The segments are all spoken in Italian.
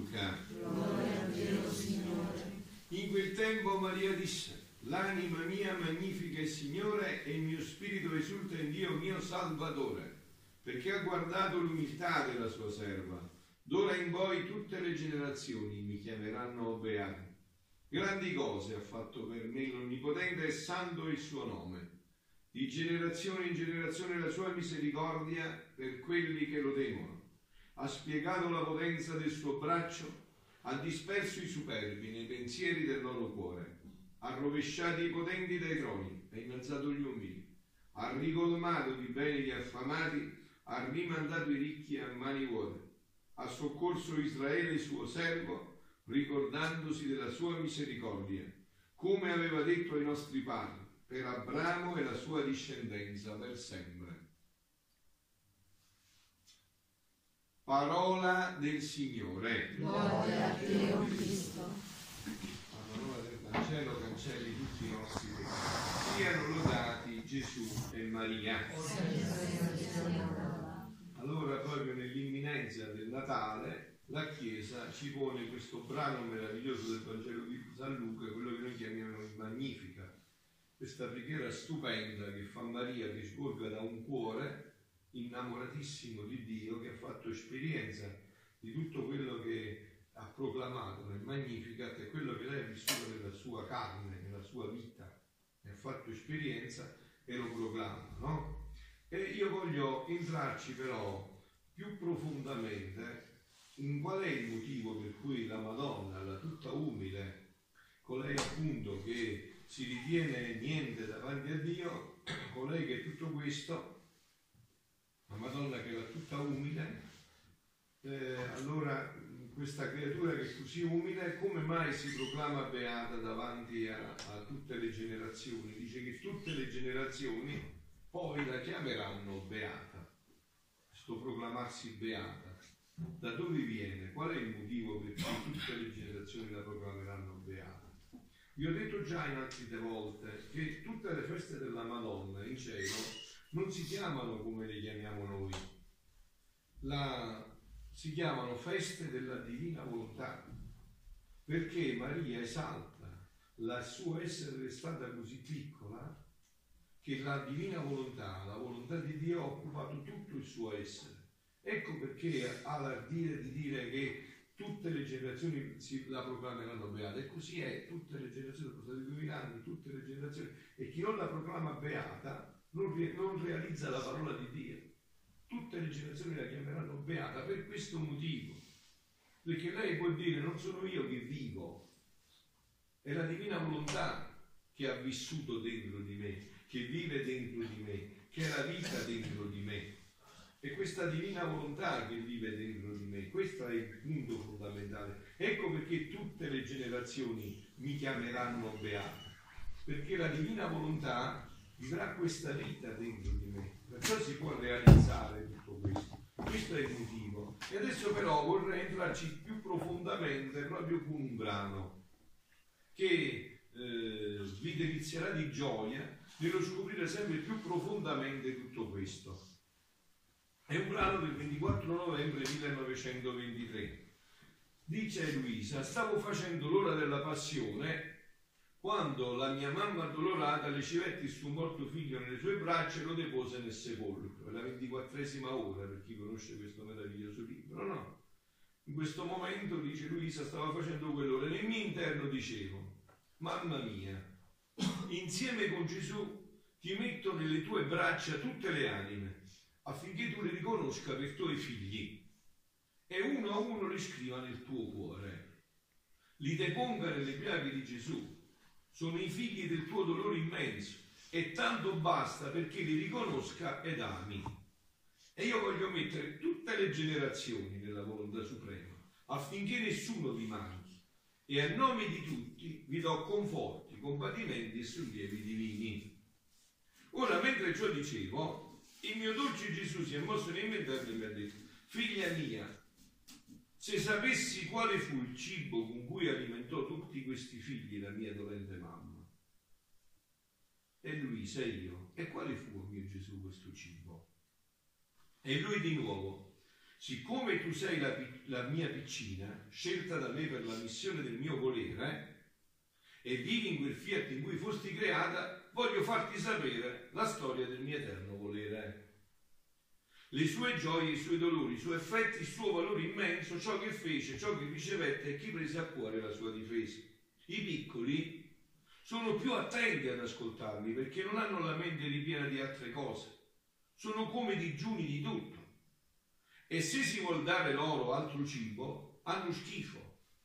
Luca. Gloria a Dio, Signore. In quel tempo Maria disse: l'anima mia magnifica il Signore e il mio spirito esulta in Dio mio Salvatore, perché ha guardato l'umiltà della sua serva. D'ora in poi tutte le generazioni mi chiameranno beato. Grandi cose ha fatto per me l'Onnipotente e santo è il suo nome. Di generazione in generazione la sua misericordia per quelli che lo temono. Ha spiegato la potenza del suo braccio, ha disperso i superbi nei pensieri del loro cuore, ha rovesciato i potenti dai troni, ha innalzato gli umili, ha ricolmato di beni gli affamati, ha rimandato i ricchi a mani vuote, ha soccorso Israele suo servo, ricordandosi della sua misericordia, come aveva detto ai nostri padri, per Abramo e la sua discendenza per sempre. Parola del Signore. Gloria a Dio Cristo. La parola del Vangelo cancelli tutti i nostri peccati. Siano lodati Gesù e Maria. Allora, proprio nell'imminenza del Natale, la Chiesa ci pone questo brano meraviglioso del Vangelo di San Luca, quello che noi chiamiamo il Magnificat. Questa preghiera stupenda che fa Maria, che sgorga da un cuore innamoratissimo di Dio, che ha fatto esperienza di tutto quello che ha proclamato nel Magnificat e quello che lei ha vissuto nella sua carne, nella sua vita, ne ha fatto esperienza e lo proclama, no? E io voglio entrarci però più profondamente in qual è il motivo per cui la Madonna, la tutta umile, colei appunto che si ritiene niente davanti a Dio, colei che è tutto questo, la Madonna che era tutta umile, allora questa creatura che è così umile, come mai si proclama beata davanti a tutte le generazioni? Dice che tutte le generazioni poi la chiameranno beata. Questo proclamarsi beata, da dove viene? Qual è il motivo per cui tutte le generazioni la proclameranno beata? Vi ho detto già in altre volte che tutte le feste della Madonna in cielo non si chiamano come le chiamiamo noi, si chiamano feste della divina volontà, perché Maria esalta il suo essere stata così piccola che la divina volontà, la volontà di Dio ha occupato tutto il suo essere. Ecco perché ha l'ardire di dire che tutte le generazioni la proclameranno beata, e così è, tutte le generazioni, dopo stati 2000 anni, tutte le generazioni, e chi non la proclama beata non realizza la parola di Dio. Tutte le generazioni la chiameranno beata per questo motivo, perché lei può dire: non sono io che vivo, è la divina volontà che ha vissuto dentro di me, che vive dentro di me, che è la vita dentro di me. È questa divina volontà che vive dentro di me, questo è il punto fondamentale. Ecco perché tutte le generazioni mi chiameranno beato, perché la divina volontà vivrà questa vita dentro di me, perciò si può realizzare tutto questo. Questo è il motivo. E adesso però vorrei entrarci più profondamente proprio con un brano che vi delizierà di gioia nello scoprire sempre più profondamente tutto questo. È un brano del 24 novembre 1923. Dice Luisa: stavo facendo l'ora della passione quando la mia mamma addolorata ricevette il suo morto figlio nelle sue braccia e lo depose nel sepolcro. È la 24esima ora, per chi conosce questo meraviglioso libro, no? In questo momento, dice Luisa, stava facendo quell'ora. Nel mio interno dicevo: mamma mia, insieme con Gesù ti metto nelle tue braccia tutte le anime, affinché tu le riconosca per tuoi figli e uno a uno li scriva nel tuo cuore, li deponga nelle piaghe di Gesù. Sono i figli del tuo dolore immenso e tanto basta perché li riconosca ed ami. E io voglio mettere tutte le generazioni nella volontà suprema, affinché nessuno vi manchi, e a nome di tutti vi do conforti, combattimenti e sollievi divini. Ora, mentre ciò dicevo, il mio dolce Gesù si è mosso nel mio interno e mi ha detto: figlia mia, se sapessi quale fu il cibo con cui alimentò tutti questi figli la mia dolente mamma. E lui, sei io. E quale fu, mio Gesù, questo cibo? E lui di nuovo: siccome tu sei la mia piccina, scelta da me per la missione del mio volere, e vivi in quel fiat in cui fosti creata, voglio farti sapere la storia del mio eterno volere. Le sue gioie, i suoi dolori, i suoi effetti, il suo valore immenso, ciò che fece, ciò che ricevette e chi prese a cuore la sua difesa. I piccoli sono più attenti ad ascoltarli perché non hanno la mente ripiena di altre cose, sono come digiuni di tutto. E se si vuol dare loro altro cibo, hanno schifo,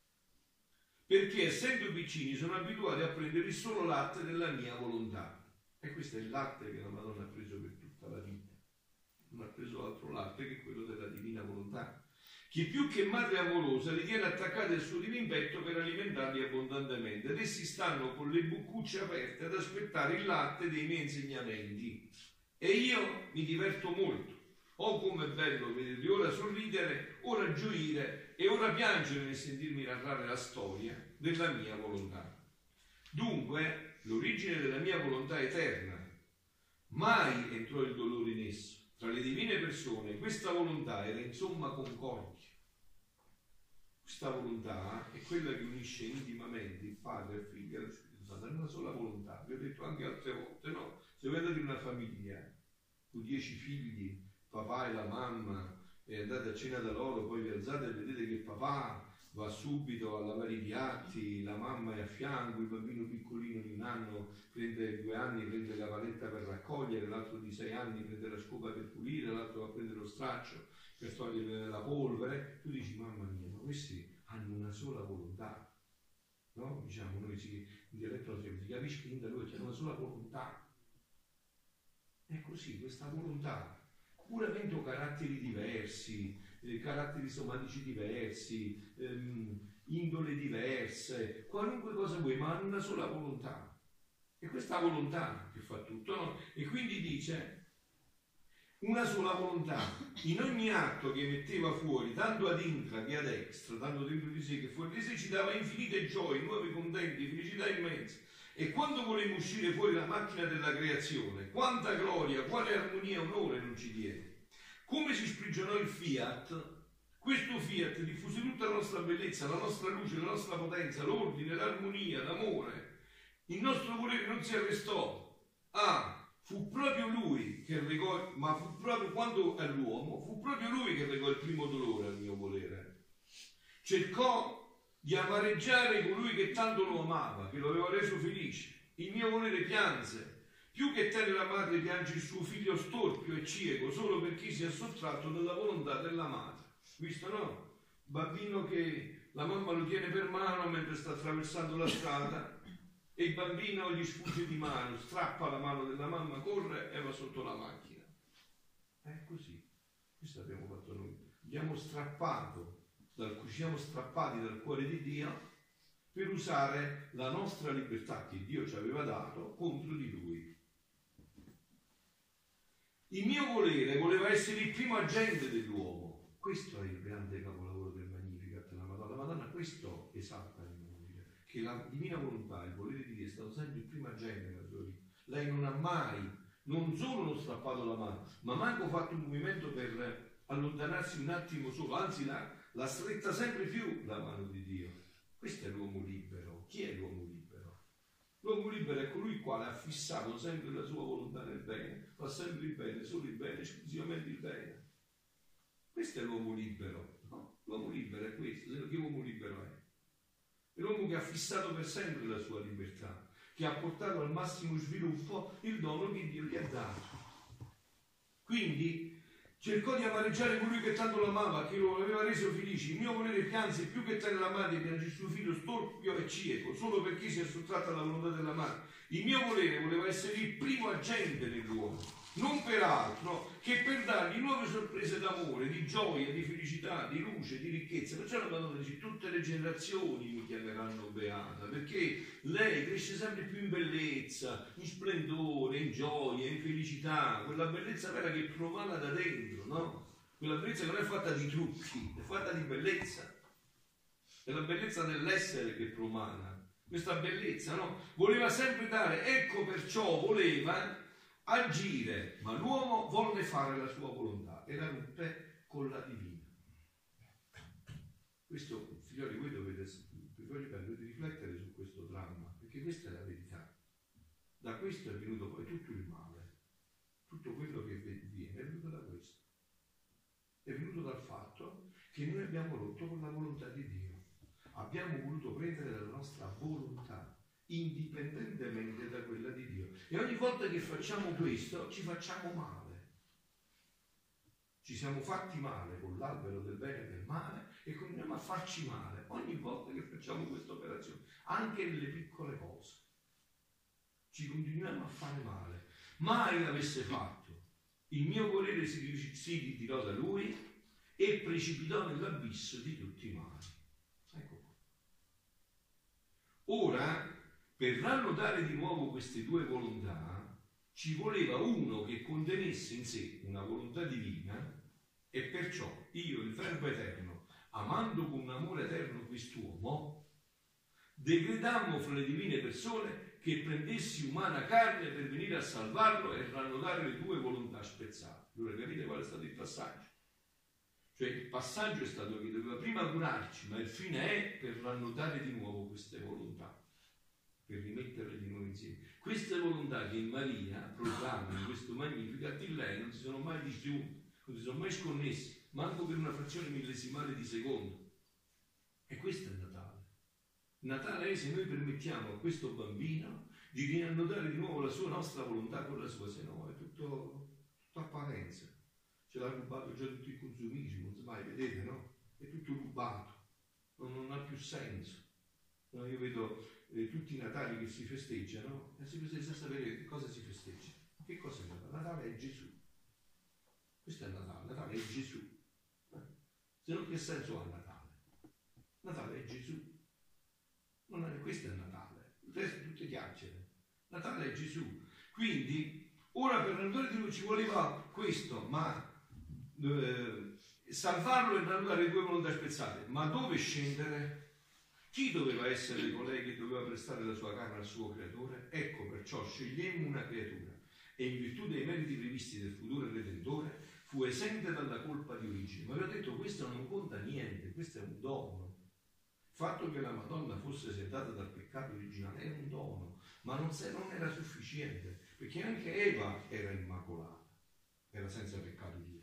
perché essendo piccini sono abituati a prendere il solo latte della mia volontà. E questo è il latte che la Madonna ha preso per tutta la vita. Non ha preso altro latte che quello della divina volontà. Chi più che madre amorosa li tiene attaccati al suo divin petto per alimentarli abbondantemente, ed essi stanno con le boccucce aperte ad aspettare il latte dei miei insegnamenti. E io mi diverto molto. Oh, com'è bello vederli ora sorridere, ora gioire e ora piangere nel sentirmi narrare la storia della mia volontà. Dunque, l'origine della mia volontà eterna, mai entrò il dolore in esso. Tra le divine persone questa volontà era insomma concordia. Questa volontà è quella che unisce intimamente il Padre, il Figlio e lo Spirito Santo. È una sola volontà. Vi ho detto anche altre volte, no? Se vedete una famiglia con 10 figli, papà e la mamma, e andate a cena da loro, poi vi alzate e vedete che papà va subito a lavare i piatti, la mamma è a fianco, il bambino piccolino di 1 anno prende 2 anni, prende la valetta per raccogliere, l'altro di 6 anni prende la scopa per pulire, l'altro va a prendere lo straccio per togliere la polvere. Tu dici, mamma mia, ma questi hanno una sola volontà, no? Diciamo, noi in dialetto si capisce che da lui c'è una sola volontà. È così, questa volontà, pur avendo caratteri diversi, caratteri somatici diversi, indole diverse, qualunque cosa vuoi, ma hanno una sola volontà. E questa volontà che fa tutto, no? E quindi dice, una sola volontà, in ogni atto che metteva fuori, tanto ad intra che ad extra, tanto dentro di sé che fuori di sé, ci dava infinite gioie, nuovi contenti, felicità immense. E quando voleva uscire fuori la macchina della creazione, quanta gloria, quale armonia e onore non ci diede. Come si sprigionò il fiat, questo fiat diffuse tutta la nostra bellezza, la nostra luce, la nostra potenza, l'ordine, l'armonia, l'amore. Il nostro volere non si arrestò. Fu proprio lui che regò, ma fu proprio quando è l'uomo, fu proprio lui che regò il primo dolore al mio volere. Cercò di amareggiare colui che tanto lo amava, che lo aveva reso felice. Il mio volere pianse, più che tenera madre piange il suo figlio storpio e cieco, solo per chi si è sottratto dalla volontà della madre. Visto, no? Bambino che la mamma lo tiene per mano mentre sta attraversando la strada e il bambino gli sfugge di mano, strappa la mano della mamma, corre e va sotto la macchina. È così. Questo abbiamo fatto noi. Ci siamo strappati dal cuore di Dio per usare la nostra libertà che Dio ci aveva dato contro di Lui. Il mio volere voleva essere il primo agente dell'uomo. Questo è il grande capolavoro del Magnificat, la Madonna. La Madonna questo esalta nel mondo, che la divina volontà, il volere di Dio è stato sempre il primo agente della sua vita. Lei non ha mai, non solo non strappato la mano, ma manco fatto un movimento per allontanarsi un attimo solo, anzi la stretta sempre più la mano di Dio. Questo è l'uomo libero. Chi è l'uomo libero? L'uomo libero è colui il quale ha fissato sempre la sua volontà nel bene, fa sempre il bene, solo il bene, esclusivamente il bene. Questo è l'uomo libero, no? L'uomo libero è questo. Che uomo libero è? È l'uomo che ha fissato per sempre la sua libertà, che ha portato al massimo sviluppo il dono che Dio gli ha dato. Quindi cercò di amareggiare colui che tanto l'amava, che lo aveva reso felice. Il mio volere pianse più che tenere la madre piange il suo figlio storpio e cieco, solo per chi si è sottratto alla volontà della madre. Il mio volere voleva essere il primo agente dell'uomo, non per altro che per dargli nuove sorprese d'amore, di gioia, di felicità, di luce, di ricchezza. Perciò la Madonna dice: tutte le generazioni mi chiameranno beata, perché lei cresce sempre più in bellezza, in splendore, in gioia, in felicità, quella bellezza vera che promana da dentro, no? Quella bellezza che non è fatta di trucchi, è fatta di bellezza. È la bellezza dell'essere che promana. Questa bellezza, no? Voleva sempre dare, ecco perciò voleva agire, ma l'uomo volle fare la sua volontà e la ruppe con la divina. Questo, figlioli, voi dovete, dovete riflettere su questo dramma, perché questa è la verità. Da questo è venuto poi tutto il male, tutto quello che viene è venuto da questo. È venuto dal fatto che noi abbiamo rotto con la volontà di Dio. Abbiamo voluto prendere la nostra volontà, indipendentemente da quella di Dio. E ogni volta che facciamo questo, ci facciamo male. Ci siamo fatti male con l'albero del bene e del male e continuiamo a farci male ogni volta che facciamo questa operazione, anche nelle piccole cose. Ci continuiamo a fare male. Mai l'avesse fatto. Il mio volere si ritirò da lui e precipitò nell'abisso di tutti i mali. Ecco qua. Ora, per rannodare di nuovo queste due volontà, ci voleva uno che contenesse in sé una volontà divina, e perciò io, il Verbo eterno, amando con un amore eterno quest'uomo, decretammo fra le divine persone che prendessi umana carne per venire a salvarlo e rannodare le due volontà spezzate. Allora capite qual è stato il passaggio? Cioè il passaggio è stato che doveva prima curarci, ma il fine è per rannodare di nuovo queste volontà, per rimetterle di nuovo insieme. Queste volontà che Maria proclama in questo Magnificat in lei non si sono mai disgiunte, non si sono mai sconnessi, manco per una frazione millesimale di secondo. E questo è Natale. Natale è se noi permettiamo a questo bambino di riannodare di nuovo la sua nostra volontà con la sua, se no è tutto apparenza. Ce l'ha rubato già tutto il consumismo, non si mai, vedete, no? È tutto rubato, non ha più senso. No, io vedo tutti i Natali che si festeggiano e si festeggia senza sapere che cosa si festeggia. Che cosa è Natale? Natale è Gesù. Questo è Natale, Natale è Gesù. Se no che senso ha Natale? Natale è Gesù. Questo è Natale, il resto è tutte chiacchiere. Natale è Gesù. Quindi, ora per rannodare di lui ci voleva questo, ma salvarlo e rannodare le due volontà spezzate. Ma dove scendere? Chi doveva essere colei che doveva prestare la sua carne al suo creatore? Ecco, perciò scegliemmo una creatura e in virtù dei meriti previsti del futuro Redentore fu esente dalla colpa di origine. Ma vi ho detto, questo non conta niente, questo è un dono. Il fatto che la Madonna fosse esentata dal peccato originale è un dono, ma non era sufficiente, perché anche Eva era immacolata, era senza peccato di origine.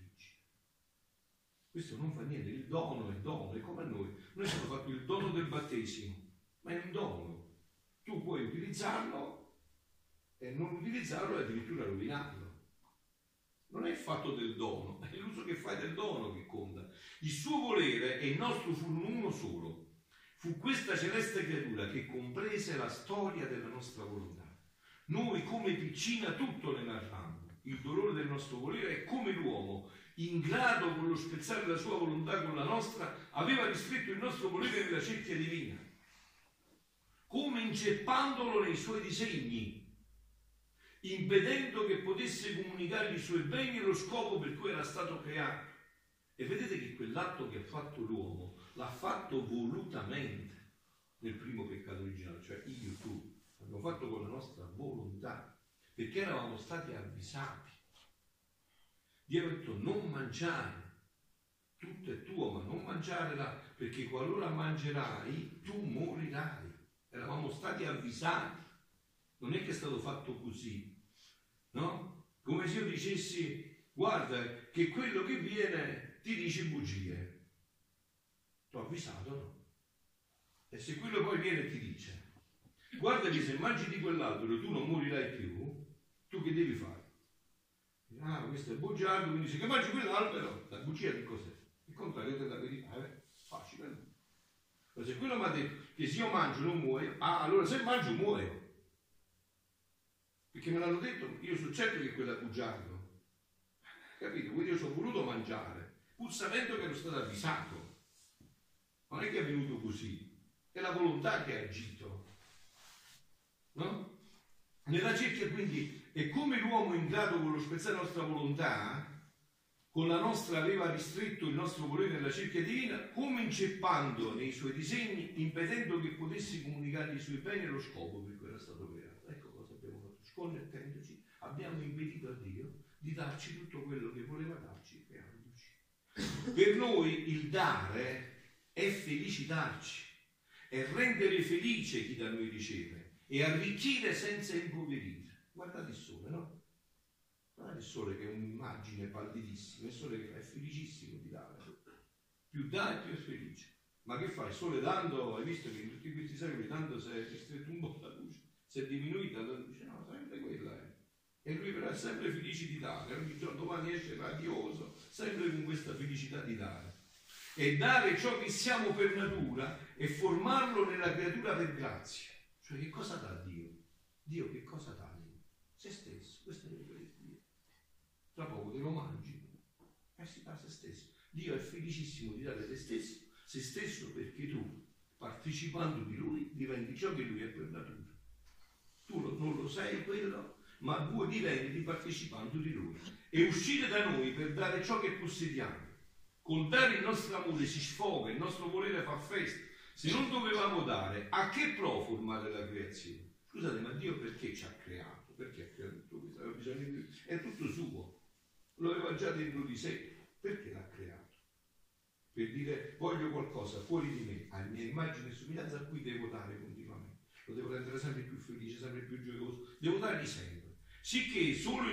Questo non fa niente, il dono è come noi abbiamo fatto il dono del battesimo, ma è un dono. Tu puoi utilizzarlo e non utilizzarlo e addirittura rovinarlo. Non è il fatto del dono, è l'uso che fai del dono che conta. Il suo volere e il nostro furono uno solo. Fu questa celeste creatura che comprese la storia della nostra volontà. Noi come piccina tutto ne narrammo. Il dolore del nostro volere è come l'uomo, in grado con lo spezzare la sua volontà con la nostra, aveva ristretto il nostro volere nella cerchia divina, come inceppandolo nei suoi disegni, impedendo che potesse comunicare i suoi beni e lo scopo per cui era stato creato. E vedete che quell'atto che ha fatto l'uomo l'ha fatto volutamente nel primo peccato originale, cioè io, tu, l'abbiamo fatto con la nostra volontà, perché eravamo stati avvisati. Dio ha detto non mangiare, tutto è tuo, ma non mangiare là, perché qualora mangerai tu morirai. Eravamo stati avvisati, non è che è stato fatto così, no? Come se io dicessi, guarda che quello che viene ti dice bugie. Ti ho avvisato, no? E se quello poi viene e ti dice, guarda che se mangi di quell'albero tu non morirai più, tu che devi fare? Ah, questo è bugiardo, quindi se che mangi quell'albero, la bugia che cos'è? Il contrario della verità, facile, no? Ma se quello mi ha detto che se io mangio non muoio, allora se mangio muoio. Perché me l'hanno detto, io sono certo che quello è bugiardo. Capito? Quindi io sono voluto mangiare, pur sapendo che ero stato avvisato. Non è che è venuto così, è la volontà che ha agito, no? Nella cerchia quindi è come l'uomo in grado con lo spezzare la nostra volontà, con la nostra aveva ristretto il nostro volere nella cerchia divina, come inceppando nei suoi disegni, impedendo che potessi comunicare i suoi beni e lo scopo per cui era stato creato. Ecco cosa abbiamo fatto, sconnettendoci, abbiamo impedito a Dio di darci tutto quello che voleva darci creandoci. Per noi il dare è felicitarci, è rendere felice chi da noi riceve e arricchire senza impoverire. Guardate il sole, no? Guardate il sole che è un'immagine pallidissima, il sole che è felicissimo di dare, più dà e più è felice. Ma che fa? Il sole dando, hai visto che in tutti questi secoli tanto si è ristretto un po' la luce, si è diminuita la luce, no, sempre quella è. E lui verrà sempre felice di dare, ogni giorno domani esce radioso, sempre con questa felicità di dare. E dare ciò che siamo per natura e formarlo nella creatura per grazia. Cioè che cosa dà Dio? Dio che cosa dà? Se stesso, questo è quello che Dio. Tra poco te lo mangi, si dà se stesso. Dio è felicissimo di dare se stesso perché tu, partecipando di Lui, diventi ciò che Lui è per natura. Tu non lo sei quello, ma voi diventi partecipando di Lui. E uscire da noi per dare ciò che possediamo. Col dare il nostro amore si sfoga, il nostro volere fa festa. Se non dovevamo dare, a che pro formare la creazione? Scusate, ma Dio perché ci ha creato? Perché ha creato tutto questo? Aveva bisogno di Lui. È tutto suo. Lo aveva già dentro di sé. Perché l'ha creato? Per dire voglio qualcosa fuori di me, a mia immagine e somiglianza a cui devo dare continuamente. Lo devo rendere sempre più felice, sempre più gioioso. Devo dargli sempre. Sicché solo il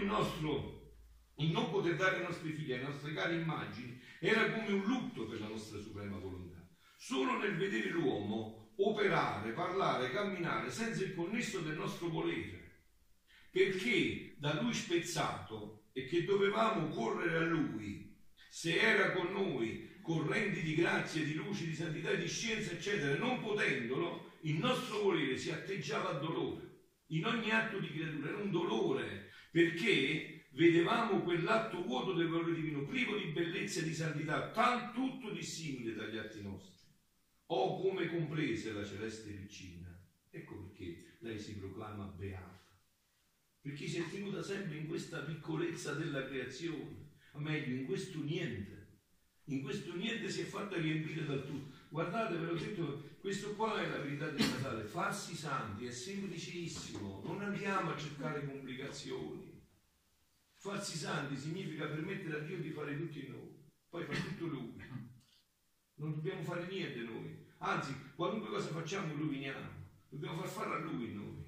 non poter dare ai nostri figli, alle nostre care immagini, era come un lutto per la nostra suprema volontà. Solo nel vedere l'uomo operare, parlare, camminare senza il connesso del nostro volere, perché da lui spezzato e che dovevamo correre a lui, se era con noi, correnti di grazia, di luce, di santità, di scienza, eccetera, non potendolo, il nostro volere si atteggiava a dolore. In ogni atto di creatura era un dolore, perché vedevamo quell'atto vuoto del valore divino, privo di bellezza e di santità, tutto dissimile dagli atti nostri. Oh, come comprese la celeste vicina. Ecco perché lei si proclama beata. Perché si è tenuta sempre in questa piccolezza della creazione, o meglio, in questo niente. In questo niente si è fatta riempire dal tutto. Guardate, ve l'ho detto, questo qua è la verità del Natale. Farsi santi è semplicissimo, non andiamo a cercare complicazioni. Farsi santi significa permettere a Dio di fare tutto in noi, poi fa tutto Lui. Non dobbiamo fare niente noi, anzi, qualunque cosa facciamo roviniamo, dobbiamo far fare a Lui noi.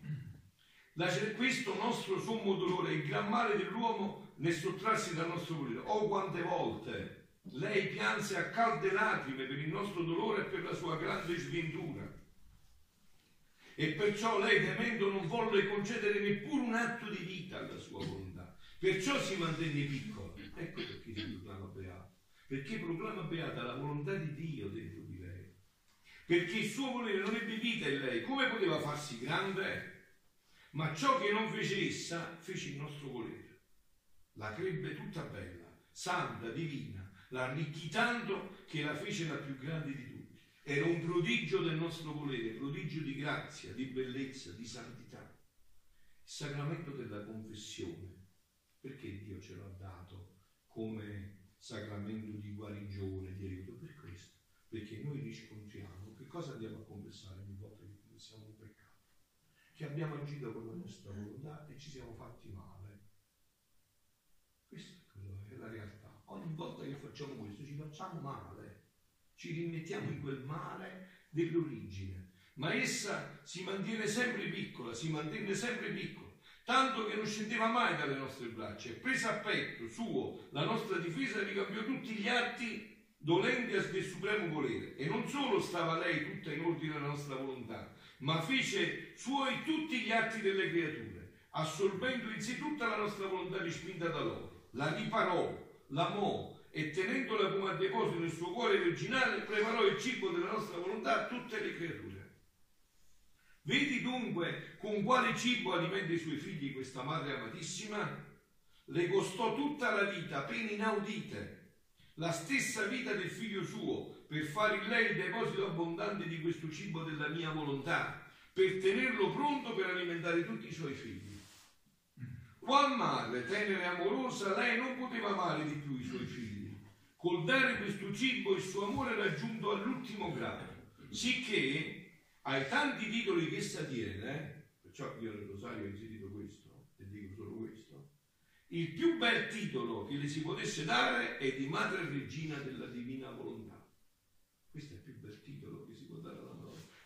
Questo nostro sommo dolore, il gran male dell'uomo nel sottrarsi dal nostro volere. Oh, quante volte lei pianse a calde lacrime per il nostro dolore e per la sua grande sventura. E perciò lei, temendo, non volle concedere neppure un atto di vita alla sua volontà. Perciò si mantenne piccola. Ecco perché si proclama beata. Perché proclama beata la volontà di Dio dentro di lei. Perché il suo volere non ebbe vita in lei. Come poteva farsi grande? Ma ciò che non fece essa, fece il nostro volere. La crebbe tutta bella, santa, divina. La arricchì tanto che la fece la più grande di tutti. Era un prodigio del nostro volere, prodigio di grazia, di bellezza, di santità. Il sacramento della confessione. Perché Dio ce l'ha dato come sacramento di guarigione, di aiuto? Per questo, perché noi riscontriamo che cosa andiamo a confessare ogni volta che confessiamo un peccato? Che abbiamo agito con la nostra volontà e ci siamo fatti male. Questa è la realtà. Ogni volta che facciamo questo ci facciamo male, ci rimettiamo in quel male dell'origine, ma essa si mantiene sempre piccola, si mantenne sempre piccola. Tanto che non scendeva mai dalle nostre braccia, e presa a petto suo la nostra difesa, ricambiò tutti gli atti dolenti del supremo volere. E non solo stava lei tutta in ordine alla nostra volontà, ma fece suoi tutti gli atti delle creature, assorbendo in sé tutta la nostra volontà rispinta da loro. La riparò, l'amò, e tenendola come a deposito nel suo cuore virginale, preparò il cibo della nostra volontà a tutte le creature. Vedi dunque con quale cibo alimenta i suoi figli questa madre amatissima? Le costò tutta la vita, pene inaudite, la stessa vita del figlio suo, per fare in lei il deposito abbondante di questo cibo della mia volontà, per tenerlo pronto per alimentare tutti i suoi figli. Qual madre, tenera e amorosa, lei non poteva amare di più i suoi figli. Col dare questo cibo il suo amore era giunto all'ultimo grado, sicché ai tanti titoli che essa tiene, perciò io nel rosario ho inserito questo e dico solo questo, il più bel titolo che le si potesse dare è di madre regina della divina volontà. Questo è il più bello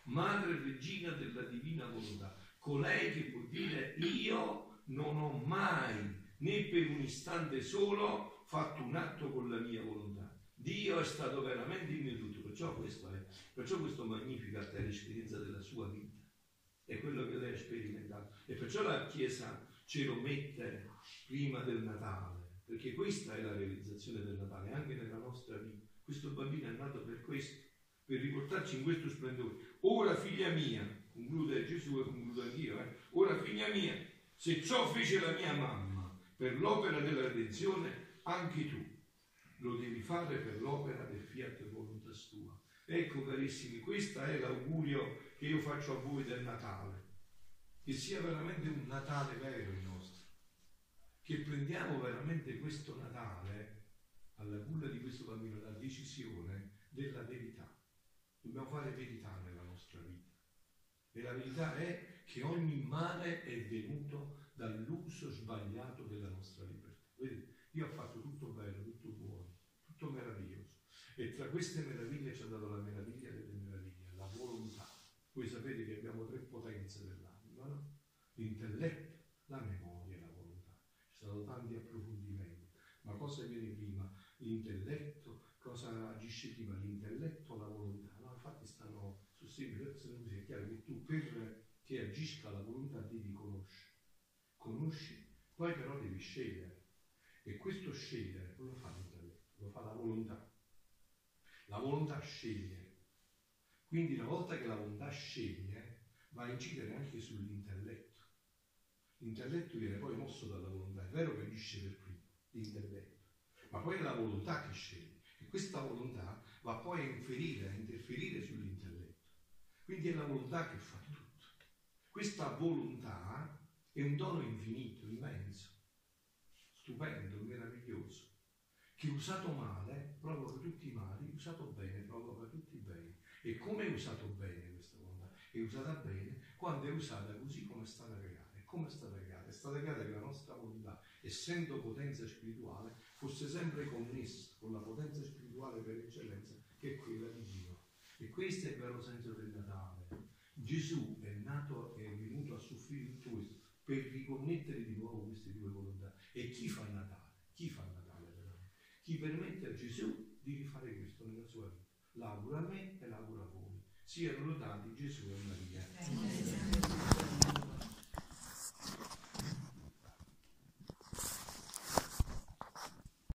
madre e regina della divina volontà, colei che può dire io non ho mai né per un istante solo fatto un atto con la mia volontà. Dio è stato veramente in me tutto, perciò questo Magnificat è l'esperienza della sua vita, è quello che lei ha sperimentato, e perciò la Chiesa ce lo mette prima del Natale, perché questa è la realizzazione del Natale anche nella nostra vita. Questo bambino è nato per questo, per riportarci in questo splendore. Ora figlia mia, conclude Gesù e concludo anch'io, ora figlia mia, se ciò fece la mia mamma per l'opera della redenzione, anche tu lo devi fare per l'opera del fiat voluntas tua. Ecco carissimi, questo è l'augurio che io faccio a voi del Natale, che sia veramente un Natale vero il nostro, che prendiamo veramente questo Natale alla culla di questo bambino, la decisione della verità. Dobbiamo fare verità nella nostra vita, e la verità è che ogni male è venuto dall'uso sbagliato della nostra libertà. Vedete, Dio ha fatto tutto bello, tutto buono, tutto meraviglioso, e tra queste meraviglie ci ha dato la meraviglia delle meraviglie, la volontà. Voi sapete che abbiamo 3 potenze dell'anima, no? L'intelletto, la memoria e la volontà. Ci sono tanti approfondimenti, ma cosa viene prima? L'intelletto, cosa agisce prima? L'intelletto o la volontà? No, infatti stanno su simili, così è chiaro che tu perché agisca la volontà devi conosci, poi però devi scegliere, e questo scegliere non lo fa l'intelletto, lo fa la volontà. La volontà sceglie, quindi una volta che la volontà sceglie va a incidere anche sull'intelletto. L'intelletto viene poi mosso dalla volontà, è vero che agisce per primo l'intelletto, ma poi è la volontà che sceglie, e questa volontà va poi a interferire sull'intelletto, quindi è la volontà che fa tutto. Questa volontà è un dono infinito, immenso, stupendo, meraviglioso, che usato male provoca tutti i mali, usato bene provoca tutti i beni. E come è usato bene questa volontà? È usata bene quando è usata così come è stata creata. E come è stata creata? È stata creata che la nostra volontà, essendo potenza spirituale, fosse sempre connessa con la potenza spirituale per eccellenza, che è quella di Dio. E questo è il vero senso del Natale. Gesù è nato e è venuto a soffrire tutto questo per riconnettere di nuovo queste 2 volontà. E chi fa il Natale? Chi fa il Natale veramente? Chi permette a Gesù di rifare questo nella sua vita. L'auguro a me e l'auguro a voi. Siano lodati Gesù e Maria.